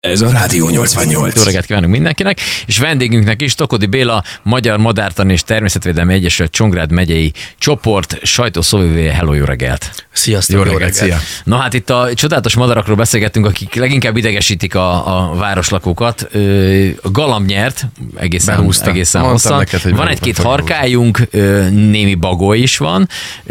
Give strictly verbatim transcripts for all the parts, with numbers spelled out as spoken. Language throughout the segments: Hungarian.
Ez a Rádió nyolcvannyolc. Jó reggelt kívánunk mindenkinek, és vendégünknek is Tokodi Béla, Magyar Madártani és Természetvédelmi Egyesület Csongrád megyei csoport sajtószóvivője. Hello, jó reggelt! Sziasztok, jó, jó reggelt! reggelt. Szia. Na hát itt a csodálatos madarakról beszélgettünk, akik leginkább idegesítik a, a városlakókat. A galamb nyert egészen, Behúzta. egészen Mondtam hosszan. neked, hogy van egy-két harkályunk, némi bagoly is van,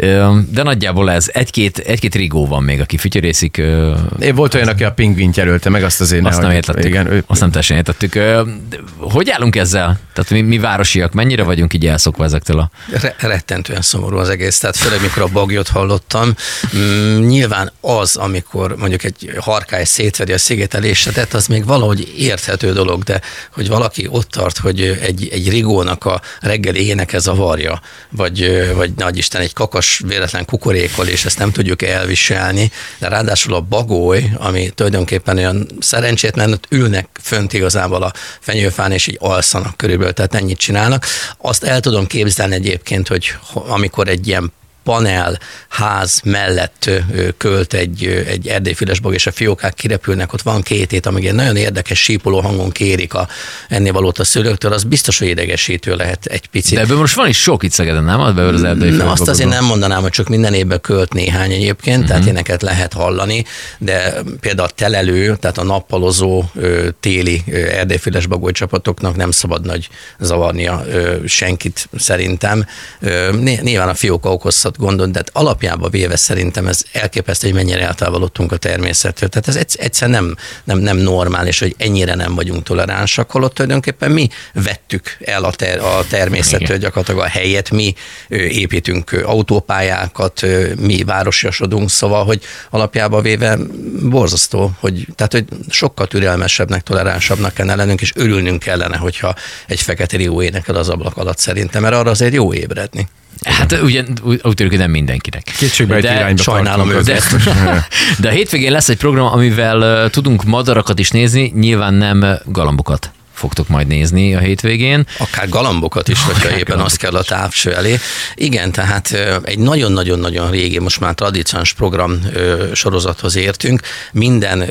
de nagyjából ez egy-két, egy-két rigó van még, aki fütyörészik. Én volt olyan, aki a pingvint jelölte meg, azt azért Azt ne nem hagyjuk. értettük. Igen, ő... Azt nem teljesen értettük. Hogy állunk ezzel? Tehát mi, mi városiak, mennyire vagyunk így elszokva ezektől a... Re- rettentően szomorú az egész, tehát főleg mikor a bagyot hallottam. Mm, nyilván az, amikor mondjuk egy harkály szétveri a szigetelésedet, az még valahogy érthető dolog, de hogy valaki ott tart, hogy egy, egy rigónak a reggeli éneke zavarja, vagy, vagy nagyisten egy kakas véletlen kukorékol, és ezt nem tudjuk elviselni, de ráadásul a bagoly, ami tulajdonképpen olyan szerencsétlen, ott ülnek fönt igazából a fenyőfán, és így alszanak körülbelül, tehát ennyit csinálnak. Azt el tudom képzelni egyébként, hogy amikor egy ilyen panel ház mellett költ egy, egy erdélyfülesbog, és a fiókák kirepülnek, ott van két hét, amíg egy nagyon érdekes sípoló hangon kérik a ennivalót a szülőktől, az biztos, hogy idegesítő lehet egy picit. De ebből most van is sok itt Szegeden, nem? Az az erdélyfülesbogodról. Azt azért nem mondanám, hogy csak minden évben költ néhány egyébként, uh-huh. tehát éneket lehet hallani, de például a telelő, tehát a nappalozó téli erdélyfülesbagoly csapatoknak nem szabad nagy zavarnia senkit szerintem. Nyilván a fióka okozhat gondot, de hát alapjában véve szerintem ez elképesztő, hogy mennyire eltávolodtunk a természettől. Tehát ez egyszer nem, nem, nem normális, hogy ennyire nem vagyunk toleránsak, holott tulajdonképpen mi vettük el a, ter, a természettől Igen. gyakorlatilag a helyet, mi építünk autópályákat, mi városiasodunk, szóval, hogy alapjában véve borzasztó, hogy, tehát, hogy sokkal türelmesebbnek, toleránsabbnak kellene lennünk, és örülnünk kellene, hogyha egy fekete rigó énekel az ablak alatt szerintem, mert arra azért jó ébredni. Hát ugye úgy tűnik, hogy nem mindenkinek. Kétségbe egy irányba sajnálom őket. De, de a hétvégén lesz egy program, amivel tudunk madarakat is nézni, nyilván nem galambokat fogtok majd nézni a hétvégén. Akár galambokat is, hogyha Akár éppen azt kell a távcső elé. Igen, tehát egy nagyon-nagyon-nagyon régi, most már tradicionális program sorozathoz értünk. Minden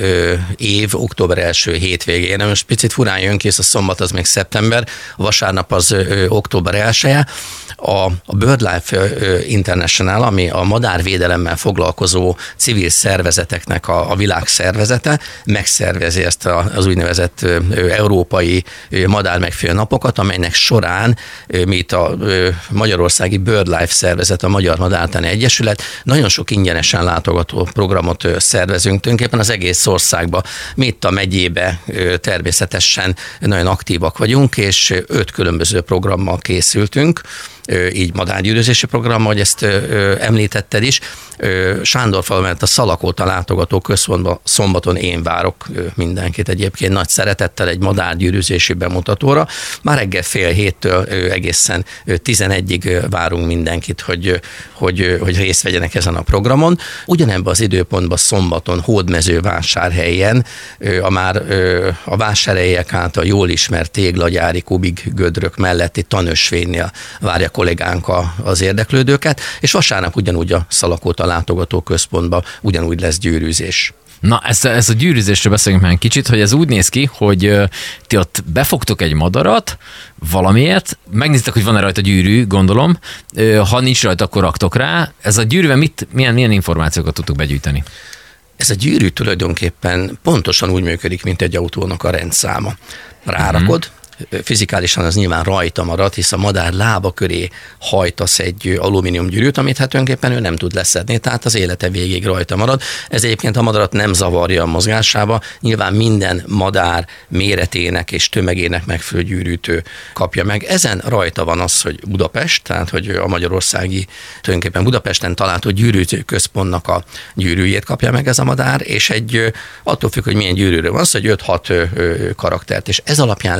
év október első hétvégén, most picit furán jön ki, a szombat az még szeptember, a vasárnap az október elsője. A, a BirdLife International, ami a madárvédelemmel foglalkozó civil szervezeteknek a, a világszervezete, megszervezi ezt a, az úgynevezett európai madármegfigyelő napokat, amelynek során mi itt a Magyarországi BirdLife szervezet, a Magyar Madártani Egyesület nagyon sok ingyenesen látogató programot szervezünk tulajdonképpen az egész országba. Mi itt a megyébe természetesen nagyon aktívak vagyunk, és öt különböző programmal készültünk, így madárgyűrűzési program, ahogy ezt ö, említetted is. Sándorfalva mellett a Szalakóta látogató központban szombaton én várok ö, mindenkit egyébként nagy szeretettel egy madárgyűrűzési bemutatóra. Már reggel fél héttől ö, egészen ö, tizenegyig ö, várunk mindenkit, hogy, ö, hogy, ö, hogy részt vegyenek ezen a programon. Ugyanebben az időpontban szombaton Hódmezővásárhelyen ö, a már ö, a vásárhelyek által jól ismert téglagyári kubik gödrök melletti tanösvénynél várja kollégánk a, az érdeklődőket, és vasárnap ugyanúgy a Szalakóta látogató központban ugyanúgy lesz gyűrűzés. Na, ezt, ezt a gyűrűzésről beszéljünk már egy kicsit, hogy ez úgy néz ki, hogy uh, ti ott befogtok egy madarat valamiért, megnéztek, hogy van-e rajta gyűrű, gondolom, uh, ha nincs rajta, akkor raktok rá. Ez a gyűrűben mit, milyen, milyen információkat tudtok begyűjteni? Ez a gyűrű tulajdonképpen pontosan úgy működik, mint egy autónak a rendszáma. Rárakod, uh-huh. Fizikálisan az nyilván rajta marad, hisz a madár lába köré hajtasz egy alumínium gyűrűt, amit hát tulajdonképpen ő nem tud leszedni, tehát az élete végig rajta marad. Ez egyébként a madarat nem zavarja a mozgásába, nyilván minden madár méretének és tömegének megfelelő gyűrűt ő kapja meg. Ezen rajta van az, hogy Budapest, tehát hogy a magyarországi, tulajdonképpen Budapesten található gyűrűző központnak a gyűrűjét kapja meg ez a madár, és egy attól függ, hogy milyen gyűrűről van szó, hogy öt-hat karaktert, és ez alapján lehet őt az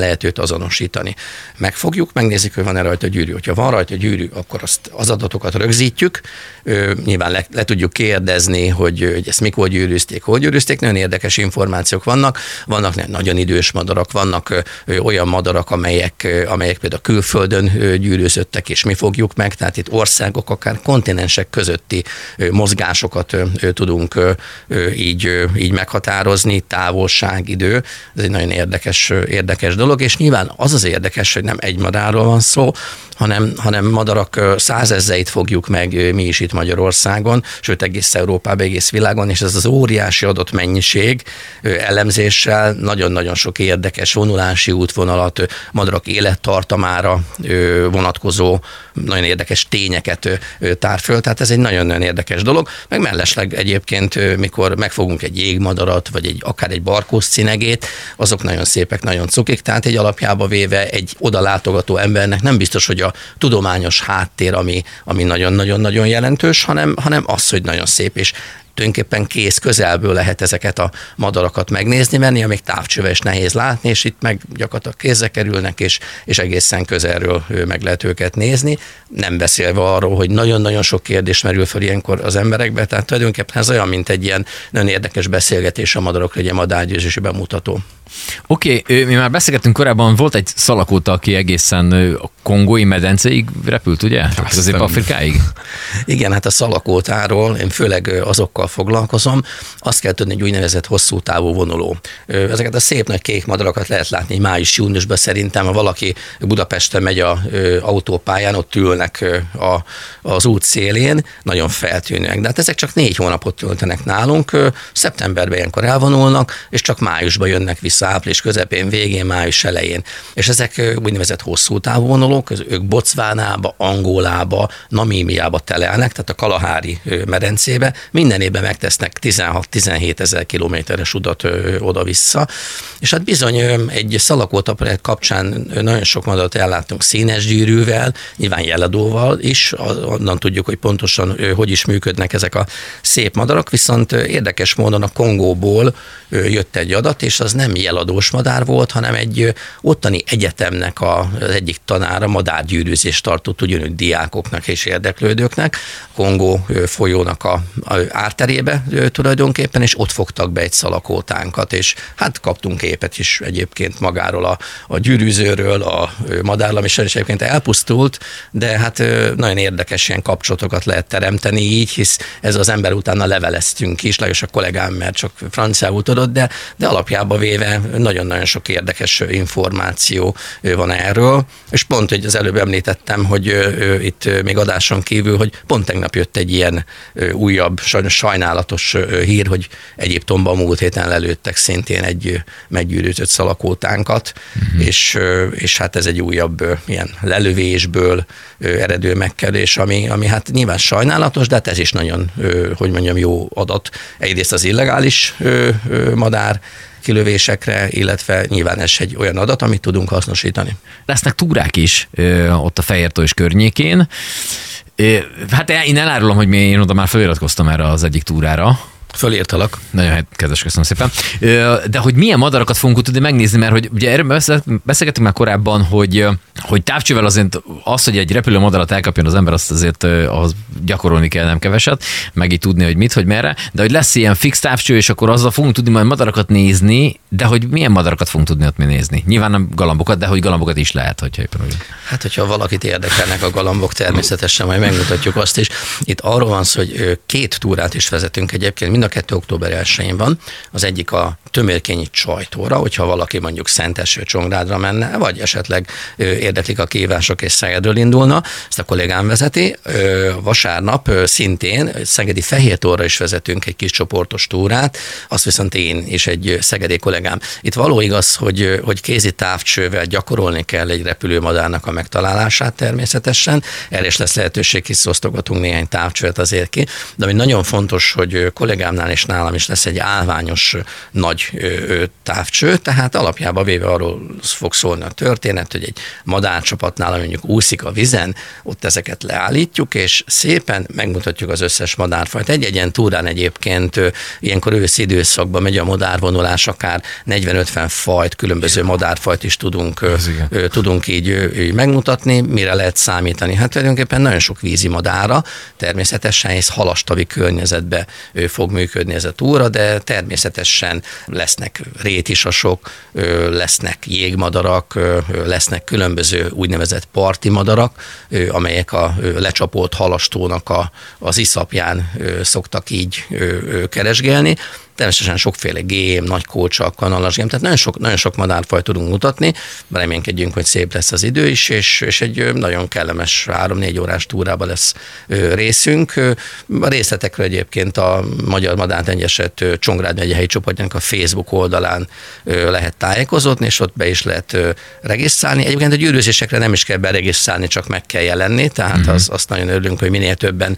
azonosítani. Megfogjuk, megnézzük, hogy van-e rajta gyűrű. Hogyha van rajta gyűrű, akkor azt, az adatokat rögzítjük, nyilván le, le tudjuk kérdezni, hogy, hogy ezt mikor gyűrűzték, hol gyűrűzték, nagyon érdekes információk vannak, vannak nagyon idős madarak, vannak olyan madarak, amelyek, amelyek például külföldön gyűrűzöttek, és mi fogjuk meg, tehát itt országok, akár kontinensek közötti mozgásokat tudunk így, így meghatározni, távolság, idő, ez egy nagyon érdekes, érdekes dolog, és nyilván az az érdekes, hogy nem egy madárról van szó, hanem, hanem madarak százezreit fogjuk meg mi is itt Magyarországon, sőt egész Európában, egész világon, és ez az óriási adott mennyiség elemzéssel nagyon-nagyon sok érdekes vonulási útvonalat, madarak élettartamára vonatkozó nagyon érdekes tényeket tár föl, tehát ez egy nagyon-nagyon érdekes dolog, meg mellesleg egyébként, mikor megfogunk egy jégmadarat, vagy egy, akár egy barkózcinegét, azok nagyon szépek, nagyon cukik, tehát egy alapjába véve egy oda látogató embernek nem biztos, hogy a tudományos háttér, ami, ami nagyon-nagyon-nagyon jelentős, hanem, hanem az, hogy nagyon szép, és tulajdonképpen kész közelből lehet ezeket a madarakat megnézni, menni, amíg távcsővel is nehéz látni, és itt meg gyakorlatilag kézre kerülnek, és, és egészen közelről meg lehet őket nézni. Nem beszélve arról, hogy nagyon-nagyon sok kérdés merül fel ilyenkor az emberekbe, tehát tulajdonképpen ez olyan, mint egy ilyen nagyon érdekes beszélgetés a madarokról, egy madárgyőzési bemutató. Oké, okay, mi már beszélgettünk korábban, volt egy szalakóta, aki egészen a kongói medencéig repült, ugye? Közép-Afrikáig? Igen, hát a szalakótáról én főleg azokkal foglalkozom. Azt kell tudni, egy úgynevezett hosszú távú vonuló. Ezeket a szép nagy kék madarakat lehet látni május-júniusban szerintem, ha valaki Budapesten megy a autópályán, ott ülnek a, az út szélén, nagyon feltűnőek. De hát ezek csak négy hónapot töltenek nálunk, szeptemberben ilyenkor elvonulnak, és csak májusban jönnek vissza, április közepén, végén, május elején. És ezek úgynevezett hosszú távú vonulók, ők Bocvánába, Angolába, Namíbiába telelnek, tehát a Kalahári medencébe, minden évben megtesznek tizenhat-tizenhét ezer kilométeres utat oda-vissza, és hát bizony egy szalakóta projekt kapcsán nagyon sok madarat elláttunk színes gyűrűvel, nyilván jeladóval is, onnan tudjuk, hogy pontosan hogy is működnek ezek a szép madarak, viszont érdekes módon a Kongóból jött egy adat, és az nem jeladós madár volt, hanem egy ottani egyetemnek az egyik tanára madárgyűrűzést tartott ugyanúgy diákoknak és érdeklődőknek, Kongó folyónak a, a árterébe tulajdonképpen, és ott fogtak be egy szalakótánkat, és hát kaptunk képet is egyébként magáról a, a gyűrűzőről, a madárlam is egyébként elpusztult, de hát nagyon érdekes ilyen kapcsolatokat lehet teremteni így, hisz ez az ember utána leveleztünk is, Lajos a kollégám, mert csak franciául tudott, de, de alapjában véve nagyon-nagyon sok érdekes információ van erről, és pont, hogy az előbb említettem, hogy itt még adáson kívül, hogy pont tegnap jött egy ilyen újabb, sajnálatos hír, hogy Egyiptomban múlt héten lelőttek szintén egy meggyűrűzött szalakótánkat, uh-huh. és, és hát ez egy újabb ilyen lelövésből eredő megkerülés, ami, ami hát nyilván sajnálatos, de hát ez is nagyon, hogy mondjam, jó adat. Egyrészt az illegális madár kilövésekre, illetve nyilván ez egy olyan adat, amit tudunk hasznosítani. Lesznek túrák is ott a Fehértó és környékén. Hát én elárulom, hogy én oda már feliratkoztam erre az egyik túrára. Fölírtalak. Nagyon hát, kedves, köszönöm szépen. De hogy milyen madarakat fogunk tudni megnézni, mert hogy ugye erről beszélgettünk már korábban, hogy, hogy távcsővel azért az, hogy egy repülő madarat elkapjon az ember, azt azért az gyakorolni kell nem keveset, meg így tudni, hogy mit, hogy merre, de hogy lesz ilyen fix távcső, és akkor azzal fogunk tudni majd madarakat nézni, de hogy milyen madarakat fogunk tudni ott mi nézni. Nyilván nem galambokat, de hogy galambokat is lehet, hogyha éppen úgy. Hát, hogyha valakit érdekelnek a galambok, természetesen majd megmutatjuk azt is. Itt arról van szó, hogy két túrát is vezetünk egyébként, mind a kettő október elsején van. Az egyik a Tömörkényi Csajtóra, hogyha valaki mondjuk Szentesről, Csongrádra menne, vagy esetleg érdeklik a kihívások és Szegedről indulna, ezt a kollégám vezeti. Vasárnap szintén Szegedi Fehértóra is vezetünk egy kis csoportos túrát, azt viszont én és egy szegedi kollégám. Itt való igaz, hogy, hogy kézi távcsővel gyakorolni kell egy repülőmadárnak a megtalálását természetesen. Erre is lesz lehetőség, hisz osztogatunk néhány távcsövet azért ki, de ami nagyon fontos, hogy kollégám kollégámnál és nálam is lesz egy állványos nagy távcső, tehát alapjában véve arról fog szólni a történet, hogy egy madárcsapatnál, mondjuk úszik a vizen, ott ezeket leállítjuk, és szépen megmutatjuk az összes madárfajt. Egy-egy ilyen túrán egyébként ilyenkor őszi időszakban megy a madárvonulás, akár negyven-ötven fajt, különböző madárfajt is tudunk, tudunk így, így megmutatni, mire lehet számítani. Hát tulajdonképpen nagyon sok vízi madára, természetesen, hisz halastavi környezetbe fog működni ez a túra, de természetesen lesznek rétisasok, lesznek jégmadarak, lesznek különböző úgynevezett parti madarak, amelyek a lecsapolt halastónak a, az iszapján szoktak így keresgélni. Természetesen sokféle gém, nagy kócsak, kanalasgém, tehát nagyon sok, nagyon sok madárfajt tudunk mutatni, reménykedjünk, hogy szép lesz az idő is, és, és egy nagyon kellemes három-négy órás túrába lesz részünk. A részletekről egyébként a Magyar Madártengyeset Csongrád megye helyi csoportjának a Facebook oldalán lehet tájékozódni, és ott be is lehet regisztrálni. Egyébként a gyűrűzésekre nem is kell beregisztrálni, csak meg kell jelenni, tehát uh-huh. az, azt nagyon örülünk, hogy minél többen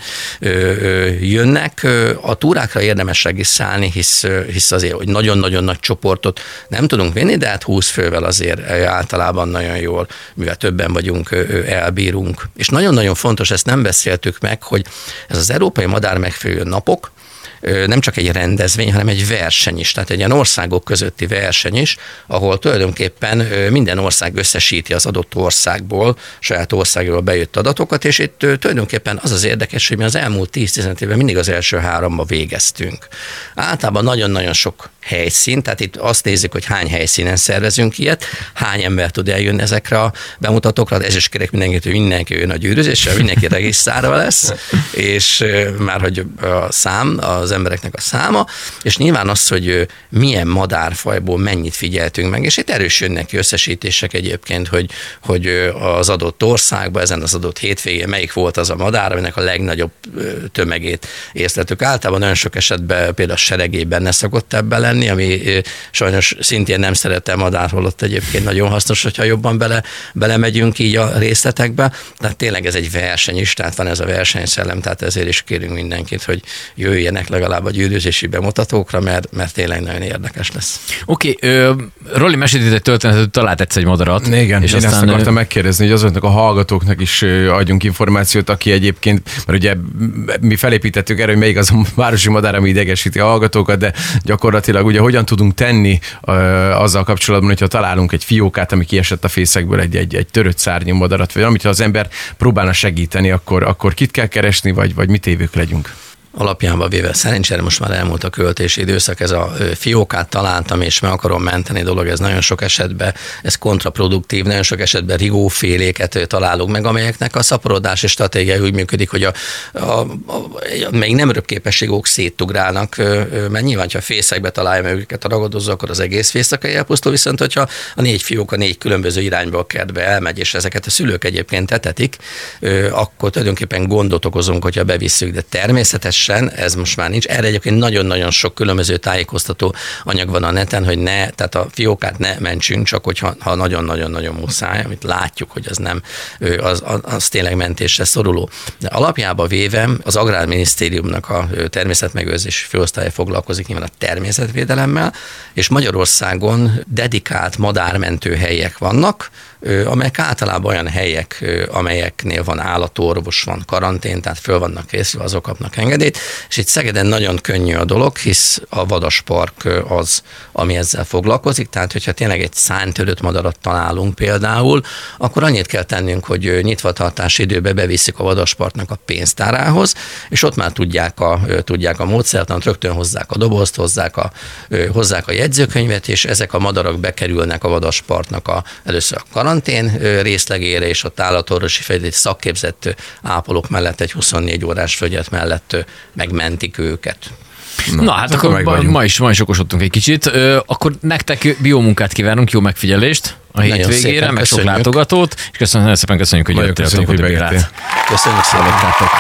jönnek. A túrákra érdemes regisztrálni, hisz hisz azért, hogy nagyon-nagyon nagy csoportot nem tudunk vinni, de hát húsz fővel azért általában nagyon jól, mivel többen vagyunk, elbírunk. És nagyon-nagyon fontos, ezt nem beszéltük meg, hogy ez az Európai Madár Megfigyelő Napok nem csak egy rendezvény, hanem egy verseny is, tehát egy ilyen országok közötti verseny is, ahol tulajdonképpen minden ország összesíti az adott országból, saját országból bejött adatokat, és itt tulajdonképpen az az érdekes, hogy mi az elmúlt tíz-tizenöt évben mindig az első háromba végeztünk. Általában nagyon-nagyon sok helyszín, tehát itt azt nézzük, hogy hány helyszínen szervezünk ilyet, hány ember tud eljönni ezekre a bemutatókra, de ez is kérek mindenkit, hogy mindenki jön a gyűrűzésre, mindenki regisztrálva lesz, és már hogy a szám, az embereknek a száma, és nyilván az, hogy milyen madárfajból mennyit figyeltünk meg, és itt erősödnek ki összesítések egyébként, hogy, hogy az adott országban, ezen az adott hétvégén melyik volt az a madár, aminek a legnagyobb tömegét észleltük. Általában nagyon sok esetben például a seregében ne szokott ebben lenni, ami sajnos szintén nem szeretem madárholott egyébként nagyon hasznos, hogyha jobban bele, belemegyünk így a részletekbe, de tényleg ez egy verseny is, tehát van ez a versenyszellem, tehát ezért is kérünk mindenkit, hogy jöjjenek legalább a gyűrűzési bemutatókra, mert, mert tényleg nagyon érdekes lesz. Oké, okay, Rolli mesélt egy történetet, hogy talált egyszer egy madarat. Igen, és én aztán ezt akartam megkérdezni, hogy azoknak a hallgatóknak is adjunk információt, aki egyébként, mert ugye mi felépítettük erre, hogy melyik az a városi madár, ami idegesíti a hallgatókat, de gyakorlatilag ugye hogyan tudunk tenni azzal kapcsolatban, hogyha találunk egy fiókát, ami kiesett a fészekből, egy, egy, egy törött szárnyú madarat, vagy amit ha az ember próbálna segíteni, akkor, akkor kit kell keresni, vagy, vagy mit évők legyünk? Alapjában véve szerencsére most már elmúlt a költési időszak, ez a fiókát találtam, és meg akarom menteni dolog, ez nagyon sok esetben, ez kontraproduktív, nagyon sok esetben rigóféléket találunk meg, amelyeknek a szaporodási stratégia úgy működik, hogy a, a, a, a még nem röpképességok szétugrálnak, mert nyilván, ha a fészekbe találja meg őket a ragadozó, akkor az egész fészekai elpusztul, viszont hogyha a négy fiók a négy különböző irányba a kertbe elmegy, és ezeket a szülők egyébként etetik, akkor tulajdonképpen gondot okozunk, hogyha bevisszük, de természetesen ez most már nincs. Erre egyébként nagyon-nagyon sok különböző tájékoztató anyag van a neten, hogy ne, tehát a fiókát ne mentsünk, csak hogyha ha nagyon-nagyon-nagyon muszáj, amit látjuk, hogy az nem, az, az, az tényleg mentésre szoruló. De alapjában véve az Agrárminisztériumnak a természetmegőrzési főosztálya foglalkozik nyilván a természetvédelemmel, és Magyarországon dedikált madármentő helyek vannak, amelyek általában olyan helyek, amelyeknél van állatorvos, van karantén, tehát föl vannak készülve, azok kapnak engedélyt, és itt Szegeden nagyon könnyű a dolog, hisz a vadaspark az, ami ezzel foglalkozik, tehát hogyha tényleg egy szárnytörött madarat találunk például, akkor annyit kell tennünk, hogy nyitvatartási időbe beviszik a vadasparknak a pénztárához, és ott már tudják a, tudják a módszertant, rögtön hozzák a dobozt, hozzák a, hozzák a jegyzőkönyvet, és ezek a madarak bekerülnek a vadasparknak a, először a karantén részlegére, és ott állatorvosi fejlődés szakképzett ápolók mellett egy huszonnégy órás fögyet mellett megmentik őket. Na, Na hát akkor, akkor ma is, ma is okosodtunk egy kicsit. Ö, akkor nektek jó munkát kívánunk, jó megfigyelést a hétvégére, meg sok látogatót, és köszönjük, nagyon szépen köszönjük, hogy jöttél. Köszönjük szépen.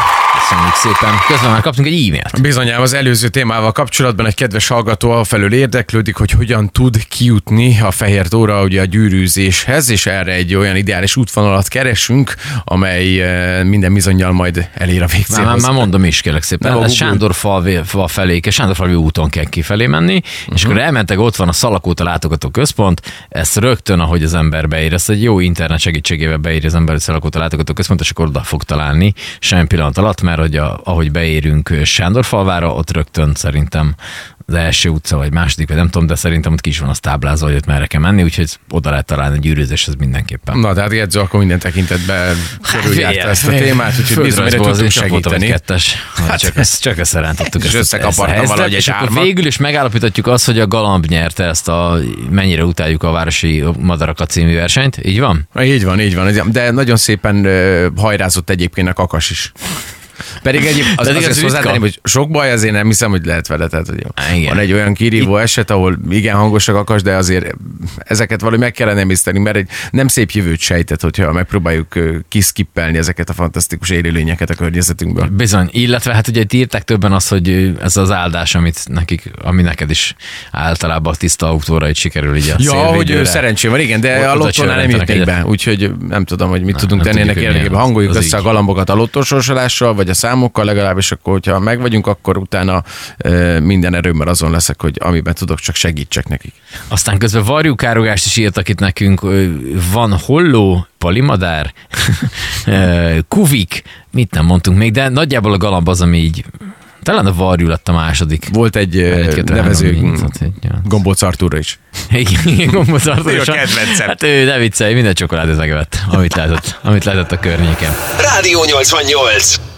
Köszönjük szépen. Közben már kaptunk egy e-mailt. Bizonyám az előző témával kapcsolatban egy kedves hallgató afelől érdeklődik, hogy hogyan tud kijutni a Fehér tóra ugye a gyűrűzéshez, és erre egy olyan ideális útvonalat keresünk, amely minden bizonnyal majd elér a végcélhoz. Már, már mondom is, kérlek szépen. Nem, Ez Sándorfalva felé, Sándorfalvi úton kell kifelé menni, uh-huh. és akkor elmentek, ott van a Szalakóta látogató központ, ezt rögtön, ahogy az ember beír, ezt egy jó internet segítségével beírja az ember, hogy Szalakóta látogató központ, és akkor oda fog találni semmi pillanat alatt, mert hogy a, ahogy beérünk Sándorfalvára, ott rögtön szerintem az első utca, vagy második, vagy nem tudom, de szerintem ott ki is van az táblázva, hogy ott merre kell menni, úgyhogy oda lehet találni a gyűrűzéshez mindenképpen. Na, de hát Jedző akkor minden tekintetben körüljárta ezt a témát, úgyhogy bizony, hogy tudtunk segíteni. Kettes, hát, csak, ezt, csak ezt rántottuk. És összekapartam valahogy egy ármat. Végül is megállapítotjuk azt, hogy a Galamb nyerte ezt a mennyire utáljuk a Városi Madarakat című versenyt, így van? Így van, így van, de nagyon szépen hajrázott egyébként a Kakas is. Pedig egyéb, az, az, az hozzátenném, hogy sok baj, azért nem hiszem, hogy lehet vele. Tehát, hogy van egy olyan kirívó eset, ahol igen hangos a Kakas, de azért ezeket valahogy meg kellene emészteni, mert egy nem szép jövőt sejtett, hogyha megpróbáljuk kiszkippelni ezeket a fantasztikus élőlényeket a környezetünkből. Bizony, illetve hát ugye írták többen azt, hogy ez az áldás, amit nekik, ami neked is általában a tiszta autóra itt sikerül így a ja, hogy szerencsé van, igen, de a lottónál nem jöttek be, úgyhogy nem tudom, hogy mit tudunk tenni ennek érdekében. Hangoljuk össze a galambokat a lottósorsolással, vagy a számokkal legalábbis, akkor, hogyha meg vagyunk, akkor utána e, minden erőmmel azon leszek, hogy amiben tudok, csak segítsek nekik. Aztán közben varjúkárogást is írtak itt nekünk, van holló, palimadár, kuvik, mit nem mondtunk még, de nagyjából a galamb az, ami így talán a varjú lett a második. Volt egy nevező Gombóc Artúrra is. Igen, Gombóc Artúr is. A kedvencem. Hát ő ne viccelj, minden csokoládét megevett, amit lehetett, amit lehetett a környéken. Rádió nyolcvannyolc.